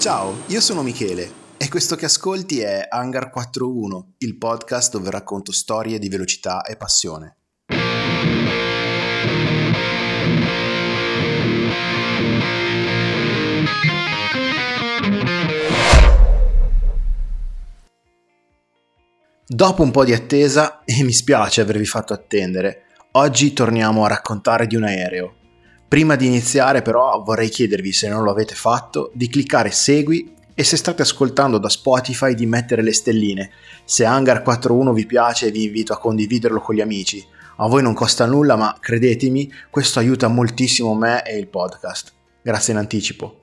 Ciao, io sono Michele e questo che ascolti è Hangar 4.1, il podcast dove racconto storie di velocità e passione. Dopo un po' di attesa, e mi spiace avervi fatto attendere, oggi torniamo a raccontare di un aereo. Prima di iniziare però vorrei chiedervi, se non lo avete fatto, di cliccare segui e se state ascoltando da Spotify di mettere le stelline. Se Hangar 4.1 vi piace vi invito a condividerlo con gli amici. A voi non costa nulla, ma credetemi, questo aiuta moltissimo me e il podcast. Grazie in anticipo.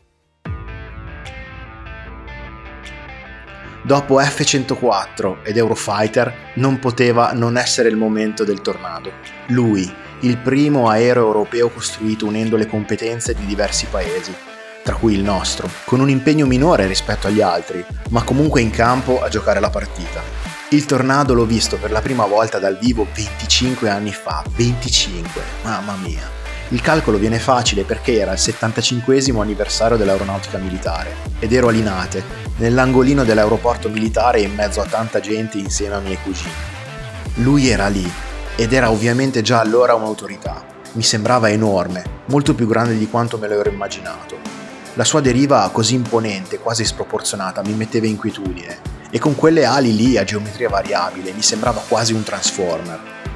Dopo F-104 ed Eurofighter non poteva non essere il momento del Tornado. Lui, il primo aereo europeo costruito unendo le competenze di diversi paesi, tra cui il nostro, con un impegno minore rispetto agli altri, ma comunque in campo a giocare la partita. Il Tornado l'ho visto per la prima volta dal vivo 25 anni fa, 25, mamma mia. Il calcolo viene facile perché era il 75esimo anniversario dell'aeronautica militare ed ero a Linate, nell'angolino dell'aeroporto militare in mezzo a tanta gente insieme a miei cugini. Lui era lì ed era ovviamente già allora un'autorità. Mi sembrava enorme, molto più grande di quanto me lo ero immaginato. La sua deriva così imponente, quasi sproporzionata, mi metteva inquietudine e con quelle ali lì a geometria variabile mi sembrava quasi un Transformer.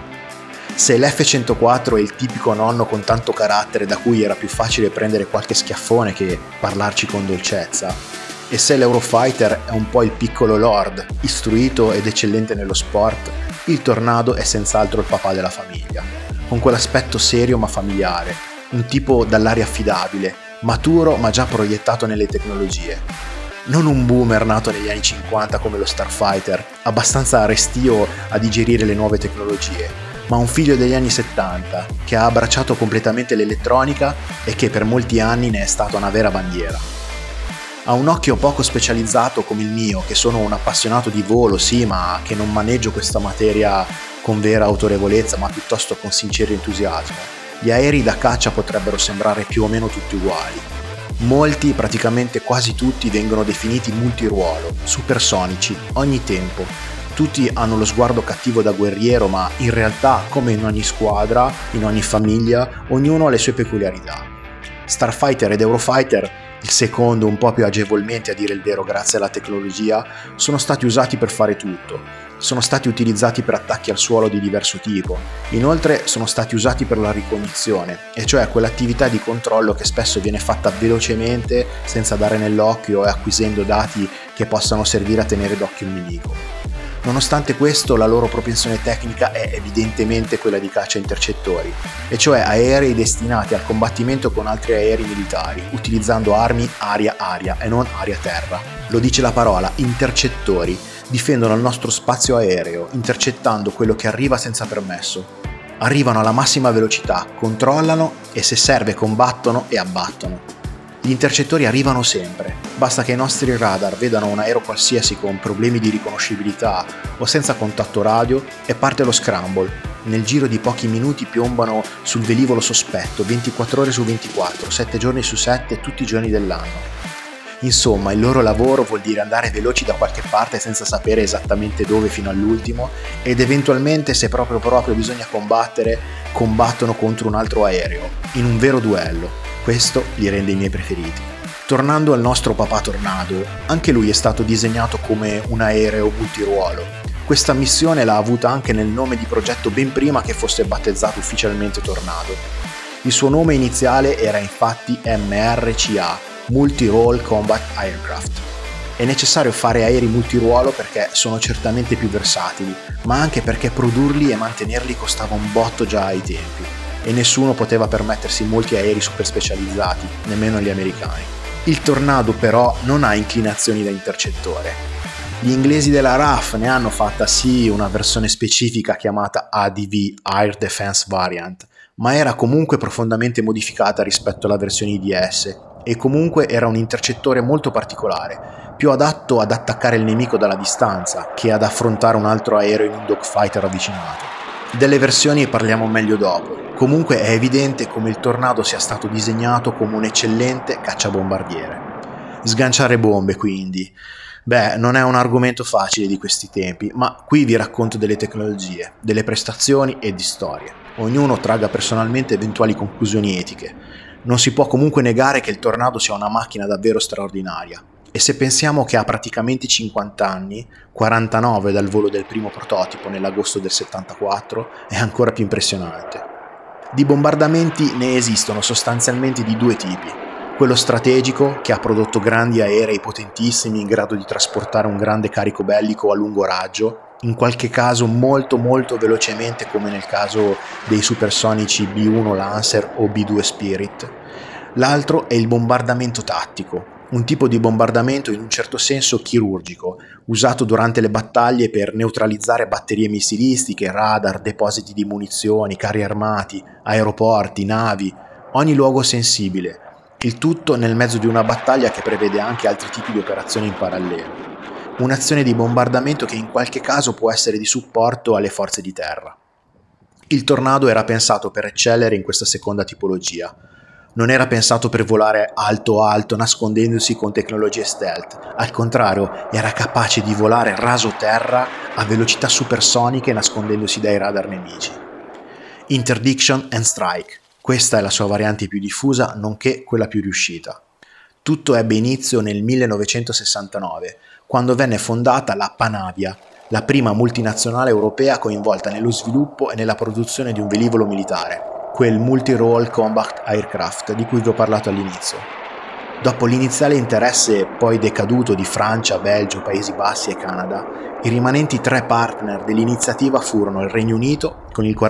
Se l'F-104 è il tipico nonno con tanto carattere da cui era più facile prendere qualche schiaffone che parlarci con dolcezza, e se l'Eurofighter è un po' il piccolo lord, istruito ed eccellente nello sport, il Tornado è senz'altro il papà della famiglia, con quell'aspetto serio ma familiare, un tipo dall'aria affidabile, maturo ma già proiettato nelle tecnologie. Non un boomer nato negli anni 50 come lo Starfighter, abbastanza restio a digerire le nuove tecnologie, ma un figlio degli anni 70 che ha abbracciato completamente l'elettronica e che per molti anni ne è stata una vera bandiera. Ha un occhio poco specializzato come il mio, che sono un appassionato di volo, sì, ma che non maneggio questa materia con vera autorevolezza, ma piuttosto con sincero entusiasmo. Gli aerei da caccia potrebbero sembrare più o meno tutti uguali. Molti, praticamente quasi tutti, vengono definiti multiruolo, supersonici, ogni tempo. Tutti hanno lo sguardo cattivo da guerriero, ma in realtà, come in ogni squadra, in ogni famiglia, ognuno ha le sue peculiarità. Starfighter ed Eurofighter, il secondo un po' più agevolmente a dire il vero grazie alla tecnologia, sono stati usati per fare tutto. Sono stati utilizzati per attacchi al suolo di diverso tipo. Inoltre sono stati usati per la ricognizione, e cioè quell'attività di controllo che spesso viene fatta velocemente senza dare nell'occhio e acquisendo dati che possano servire a tenere d'occhio il nemico. Nonostante questo, la loro propensione tecnica è evidentemente quella di caccia intercettori, e cioè aerei destinati al combattimento con altri aerei militari, utilizzando armi aria-aria e non aria-terra. Lo dice la parola, intercettori. Difendono il nostro spazio aereo, intercettando quello che arriva senza permesso. Arrivano alla massima velocità, controllano e se serve combattono e abbattono. Gli intercettori arrivano sempre, basta che i nostri radar vedano un aereo qualsiasi con problemi di riconoscibilità o senza contatto radio e parte lo scramble. Nel giro di pochi minuti piombano sul velivolo sospetto 24 ore su 24, 7 giorni su 7, tutti i giorni dell'anno. Insomma, il loro lavoro vuol dire andare veloci da qualche parte senza sapere esattamente dove fino all'ultimo ed eventualmente, se proprio bisogna combattere, combattono contro un altro aereo, in un vero duello. Questo li rende i miei preferiti. Tornando al nostro papà Tornado, anche lui è stato disegnato come un aereo multiruolo. Questa missione l'ha avuta anche nel nome di progetto ben prima che fosse battezzato ufficialmente Tornado. Il suo nome iniziale era infatti MRCA, Multi-Role Combat Aircraft. È necessario fare aerei multiruolo perché sono certamente più versatili, ma anche perché produrli e mantenerli costava un botto già ai tempi, e nessuno poteva permettersi molti aerei super specializzati, nemmeno gli americani. Il Tornado però non ha inclinazioni da intercettore. Gli inglesi della RAF ne hanno fatta sì una versione specifica chiamata ADV, Air Defense Variant, ma era comunque profondamente modificata rispetto alla versione IDS, e comunque era un intercettore molto particolare, più adatto ad attaccare il nemico dalla distanza che ad affrontare un altro aereo in un dogfighter avvicinato. Delle versioni parliamo meglio dopo. Comunque è evidente come il Tornado sia stato disegnato come un eccellente cacciabombardiere. Sganciare bombe, quindi. Beh, non è un argomento facile di questi tempi, ma qui vi racconto delle tecnologie, delle prestazioni e di storie. Ognuno tragga personalmente eventuali conclusioni etiche. Non si può comunque negare che il Tornado sia una macchina davvero straordinaria. E se pensiamo che ha praticamente 50 anni, 49 dal volo del primo prototipo nell'agosto del 74, è ancora più impressionante. Di bombardamenti ne esistono sostanzialmente di due tipi. Quello strategico, che ha prodotto grandi aerei potentissimi in grado di trasportare un grande carico bellico a lungo raggio, in qualche caso molto velocemente, come nel caso dei supersonici B-1 Lancer o B-2 Spirit. L'altro è il bombardamento tattico, un tipo di bombardamento in un certo senso chirurgico, usato durante le battaglie per neutralizzare batterie missilistiche, radar, depositi di munizioni, carri armati, aeroporti, navi, ogni luogo sensibile. Il tutto nel mezzo di una battaglia che prevede anche altri tipi di operazioni in parallelo. Un'azione di bombardamento che in qualche caso può essere di supporto alle forze di terra. Il Tornado era pensato per eccellere in questa seconda tipologia. Non era pensato per volare alto nascondendosi con tecnologie stealth. Al contrario, era capace di volare raso terra a velocità supersoniche nascondendosi dai radar nemici. Interdiction and Strike. Questa è la sua variante più diffusa, nonché quella più riuscita. Tutto ebbe inizio nel 1969, quando venne fondata la Panavia, la prima multinazionale europea coinvolta nello sviluppo e nella produzione di un velivolo militare, quel Multi-Role Combat Aircraft di cui vi ho parlato all'inizio. Dopo l'iniziale interesse poi decaduto di Francia, Belgio, Paesi Bassi e Canada, i rimanenti tre partner dell'iniziativa furono il Regno Unito con il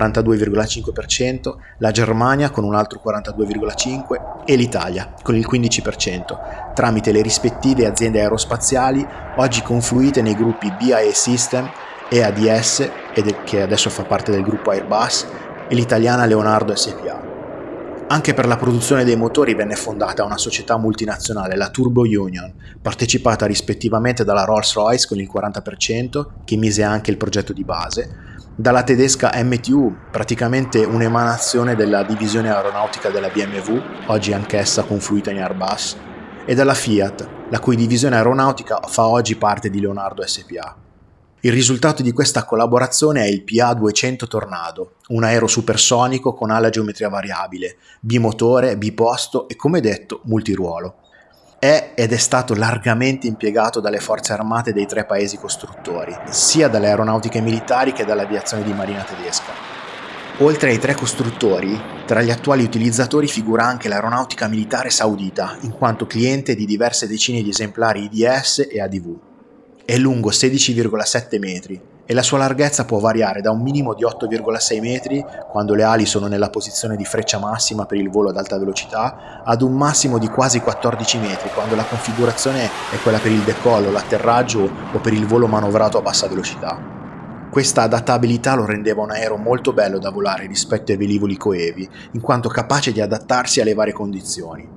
42,5%, la Germania con un altro 42,5% e l'Italia con il 15%, tramite le rispettive aziende aerospaziali oggi confluite nei gruppi BAE System, EADS, che adesso fa parte del gruppo Airbus, e l'italiana Leonardo SpA. Anche per la produzione dei motori venne fondata una società multinazionale, la Turbo Union, partecipata rispettivamente dalla Rolls-Royce con il 40%, che mise anche il progetto di base, dalla tedesca MTU, praticamente un'emanazione della divisione aeronautica della BMW, oggi anch'essa confluita in Airbus, e dalla Fiat, la cui divisione aeronautica fa oggi parte di Leonardo SpA. Il risultato di questa collaborazione è il PA-200 Tornado, un aereo supersonico con ala a geometria variabile, bimotore, biposto e, come detto, multiruolo. È ed è stato largamente impiegato dalle forze armate dei tre paesi costruttori, sia dalle aeronautiche militari che dall'aviazione di marina tedesca. Oltre ai tre costruttori, tra gli attuali utilizzatori figura anche l'aeronautica militare saudita, in quanto cliente di diverse decine di esemplari IDS e ADV. È lungo 16,7 metri e la sua larghezza può variare da un minimo di 8,6 metri, quando le ali sono nella posizione di freccia massima per il volo ad alta velocità, ad un massimo di quasi 14 metri, quando la configurazione è quella per il decollo, l'atterraggio o per il volo manovrato a bassa velocità. Questa adattabilità lo rendeva un aereo molto bello da volare rispetto ai velivoli coevi, in quanto capace di adattarsi alle varie condizioni.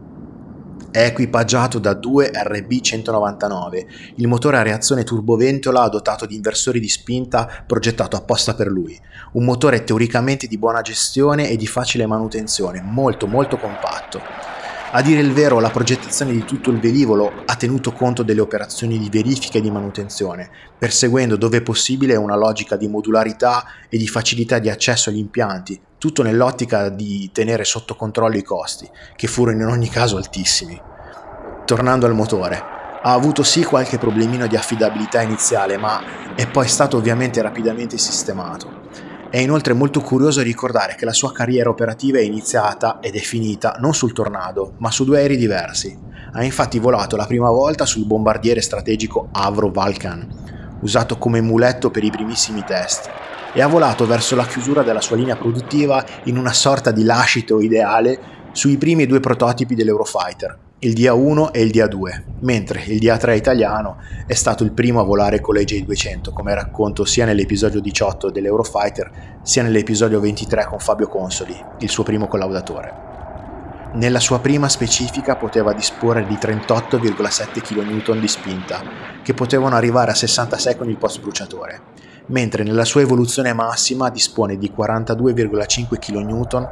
È equipaggiato da due RB199, il motore a reazione turboventola dotato di inversori di spinta progettato apposta per lui, un motore teoricamente di buona gestione e di facile manutenzione, molto compatto. A dire il vero, la progettazione di tutto il velivolo ha tenuto conto delle operazioni di verifica e di manutenzione, perseguendo dove possibile una logica di modularità e di facilità di accesso agli impianti, tutto nell'ottica di tenere sotto controllo i costi, che furono in ogni caso altissimi. Tornando al motore, ha avuto sì qualche problemino di affidabilità iniziale, ma è poi stato ovviamente rapidamente sistemato. È inoltre molto curioso ricordare che la sua carriera operativa è iniziata ed è finita non sul Tornado, ma su due aerei diversi. Ha infatti volato la prima volta sul bombardiere strategico Avro Vulcan, usato come muletto per i primissimi test, e ha volato verso la chiusura della sua linea produttiva in una sorta di lascito ideale sui primi due prototipi dell'Eurofighter, il DA1 e il DA2, mentre il DA3 italiano è stato il primo a volare con l'EJ200, come racconto sia nell'episodio 18 dell'Eurofighter sia nell'episodio 23 con Fabio Consoli, il suo primo collaudatore. Nella sua prima specifica poteva disporre di 38,7 kN di spinta, che potevano arrivare a 66 con il post bruciatore. mentre nella sua evoluzione massima dispone di 42,5 kN,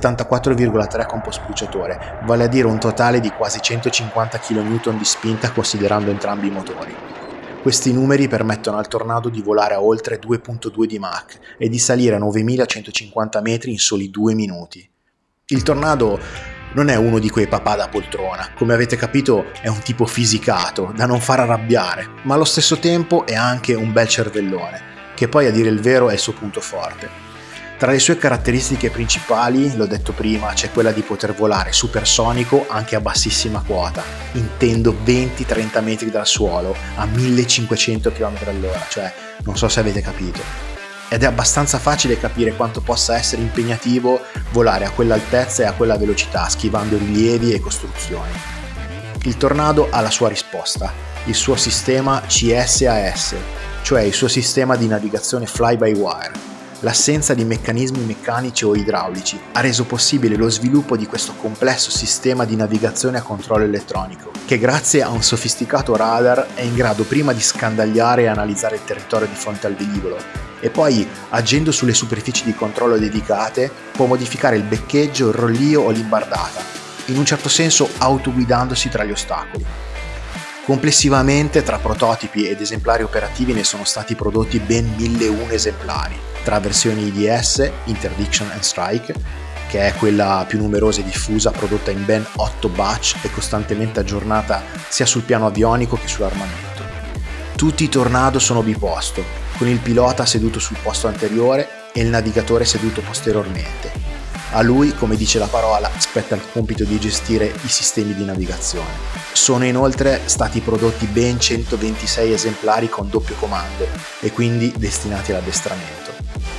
74,3 compospruciatore, vale a dire un totale di quasi 150 kN di spinta considerando entrambi i motori. Questi numeri permettono al Tornado di volare a oltre 2.2 di Mach e di salire a 9.150 metri in soli 2 minuti. Il Tornado non è uno di quei papà da poltrona, come avete capito è un tipo fisicato, da non far arrabbiare, ma allo stesso tempo è anche un bel cervellone, che poi a dire il vero è il suo punto forte. Tra le sue caratteristiche principali, l'ho detto prima, c'è quella di poter volare supersonico anche a bassissima quota, intendo 20-30 metri dal suolo, a 1500 km/h, cioè non so se avete capito. Ed è abbastanza facile capire quanto possa essere impegnativo volare a quell'altezza e a quella velocità, schivando rilievi e costruzioni. Il Tornado ha la sua risposta, il suo sistema CSAS, cioè il suo sistema di navigazione fly-by-wire. L'assenza di meccanismi meccanici o idraulici ha reso possibile lo sviluppo di questo complesso sistema di navigazione a controllo elettronico, che grazie a un sofisticato radar è in grado prima di scandagliare e analizzare il territorio di fronte al velivolo, e poi, agendo sulle superfici di controllo dedicate, può modificare il beccheggio, il rollio o l'imbardata, in un certo senso autoguidandosi tra gli ostacoli. Complessivamente, tra prototipi ed esemplari operativi ne sono stati prodotti ben 1001 esemplari, tra versioni IDS, Interdiction and Strike, che è quella più numerosa e diffusa, prodotta in ben 8 batch e costantemente aggiornata sia sul piano avionico che sull'armamento. Tutti i Tornado sono biposto, con il pilota seduto sul posto anteriore e il navigatore seduto posteriormente. A lui, come dice la parola, spetta il compito di gestire i sistemi di navigazione. Sono inoltre stati prodotti ben 126 esemplari con doppio comando e quindi destinati all'addestramento.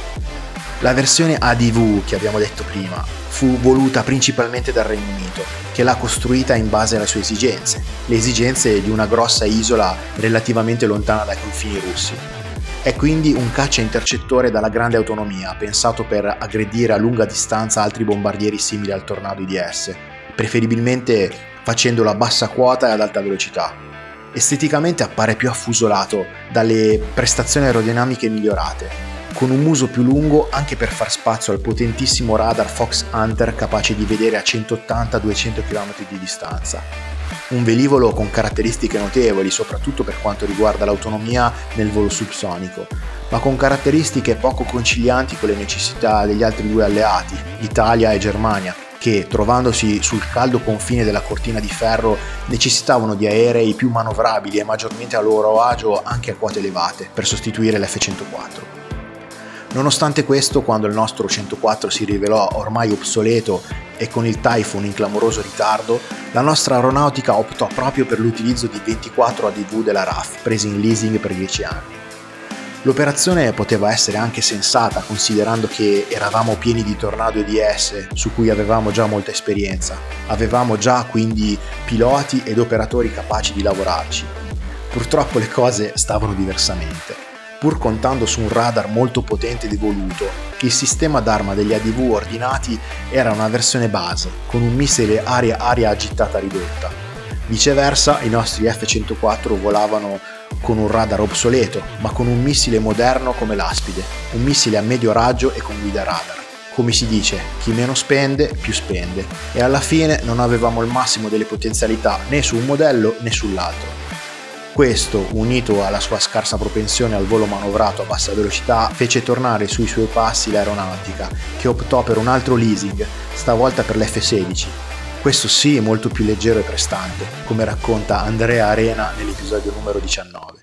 La versione ADV, che abbiamo detto prima, fu voluta principalmente dal Regno Unito, che l'ha costruita in base alle sue esigenze, le esigenze di una grossa isola relativamente lontana dai confini russi. È quindi un caccia intercettore dalla grande autonomia, pensato per aggredire a lunga distanza altri bombardieri simili al Tornado IDS, preferibilmente facendolo a bassa quota e ad alta velocità. Esteticamente appare più affusolato dalle prestazioni aerodinamiche migliorate, con un muso più lungo anche per far spazio al potentissimo radar Fox Hunter capace di vedere a 180-200 km di distanza. Un velivolo con caratteristiche notevoli, soprattutto per quanto riguarda l'autonomia nel volo subsonico, ma con caratteristiche poco concilianti con le necessità degli altri due alleati, Italia e Germania, che, trovandosi sul caldo confine della cortina di ferro, necessitavano di aerei più manovrabili e maggiormente a loro agio anche a quote elevate, per sostituire l'F-104. Nonostante questo, quando il nostro 104 si rivelò ormai obsoleto e con il Typhoon in clamoroso ritardo, la nostra aeronautica optò proprio per l'utilizzo di 24 ADV della RAF, presi in leasing per 10 anni. L'operazione poteva essere anche sensata, considerando che eravamo pieni di Tornado IDS, su cui avevamo già molta esperienza. Avevamo già quindi piloti ed operatori capaci di lavorarci. Purtroppo le cose stavano diversamente. Pur contando su un radar molto potente ed evoluto, il sistema d'arma degli ADV ordinati era una versione base, con un missile aria-aria agitata ridotta. Viceversa, i nostri F-104 volavano con un radar obsoleto, ma con un missile moderno come l'Aspide, un missile a medio raggio e con guida radar. Come si dice, chi meno spende, più spende, e alla fine non avevamo il massimo delle potenzialità né su un modello né sull'altro. Questo, unito alla sua scarsa propensione al volo manovrato a bassa velocità, fece tornare sui suoi passi l'aeronautica, che optò per un altro leasing, stavolta per l'F-16. Questo sì, molto più leggero e prestante, come racconta Andrea Arena nell'episodio numero 19.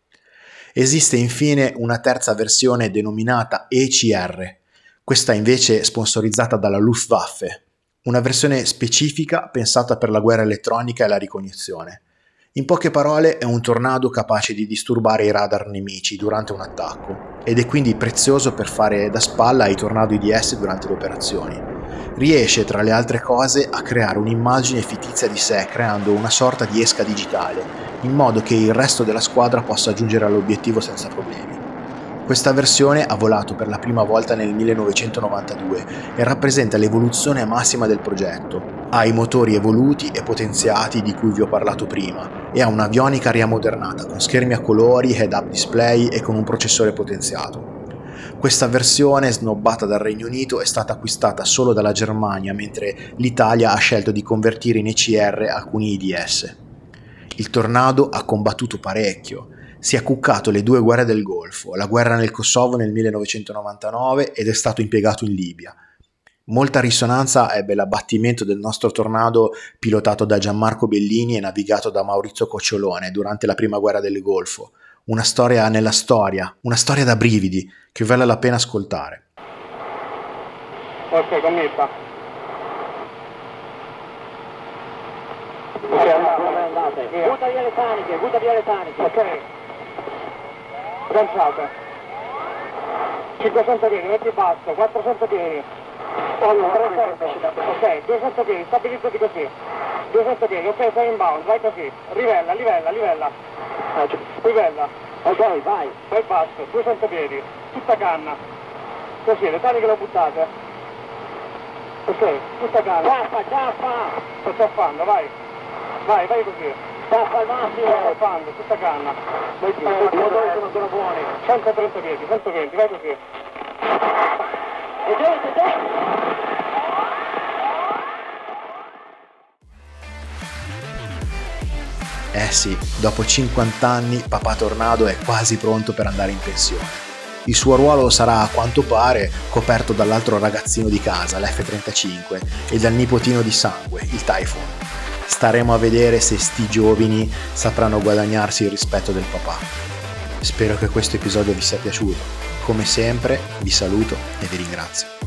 Esiste infine una terza versione denominata ECR, questa invece sponsorizzata dalla Luftwaffe, una versione specifica pensata per la guerra elettronica e la ricognizione. In poche parole, è un Tornado capace di disturbare i radar nemici durante un attacco ed è quindi prezioso per fare da spalla ai Tornado IDS durante le operazioni. Riesce, tra le altre cose, a creare un'immagine fittizia di sé, creando una sorta di esca digitale, in modo che il resto della squadra possa giungere all'obiettivo senza problemi. Questa versione ha volato per la prima volta nel 1992 e rappresenta l'evoluzione massima del progetto. Ha i motori evoluti e potenziati di cui vi ho parlato prima e ha un'avionica riammodernata con schermi a colori, head-up display e con un processore potenziato. Questa versione, snobbata dal Regno Unito, è stata acquistata solo dalla Germania, mentre l'Italia ha scelto di convertire in ECR alcuni IDS. Il Tornado ha combattuto parecchio. Si è cuccato le 2 guerre del Golfo, la guerra nel Kosovo nel 1999 ed è stato impiegato in Libia. Molta risonanza ebbe l'abbattimento del nostro Tornado pilotato da Gianmarco Bellini e navigato da Maurizio Cocciolone durante la prima guerra del Golfo. Una storia nella storia, una storia da brividi che vale la pena ascoltare. Ok, commessa. Butta via le taniche. Ok. Lanciate. 500 piedi, metti basso, 400 piedi. 300. Ok, 200 piedi, stabilizzati così. 200 piedi, ok, sei in bound, vai così. Livella. Livella. Ok, vai. Vai basso, 200 piedi, tutta canna. Così, le taniche le buttate. Ok, tutta canna. Ciaffa! Sto ciaffando, vai. Vai così. Ciaffa al massimo. Sto ciaffando, tutta canna. Vai più, i motori sono buoni. 130 piedi, 120, vai così. E giù. Sì, dopo 50 anni Papà Tornado è quasi pronto per andare in pensione. Il suo ruolo sarà, a quanto pare, coperto dall'altro ragazzino di casa, l'F-35, e dal nipotino di sangue, il Typhoon. Staremo a vedere se sti giovani sapranno guadagnarsi il rispetto del papà. Spero che questo episodio vi sia piaciuto. Come sempre, vi saluto e vi ringrazio.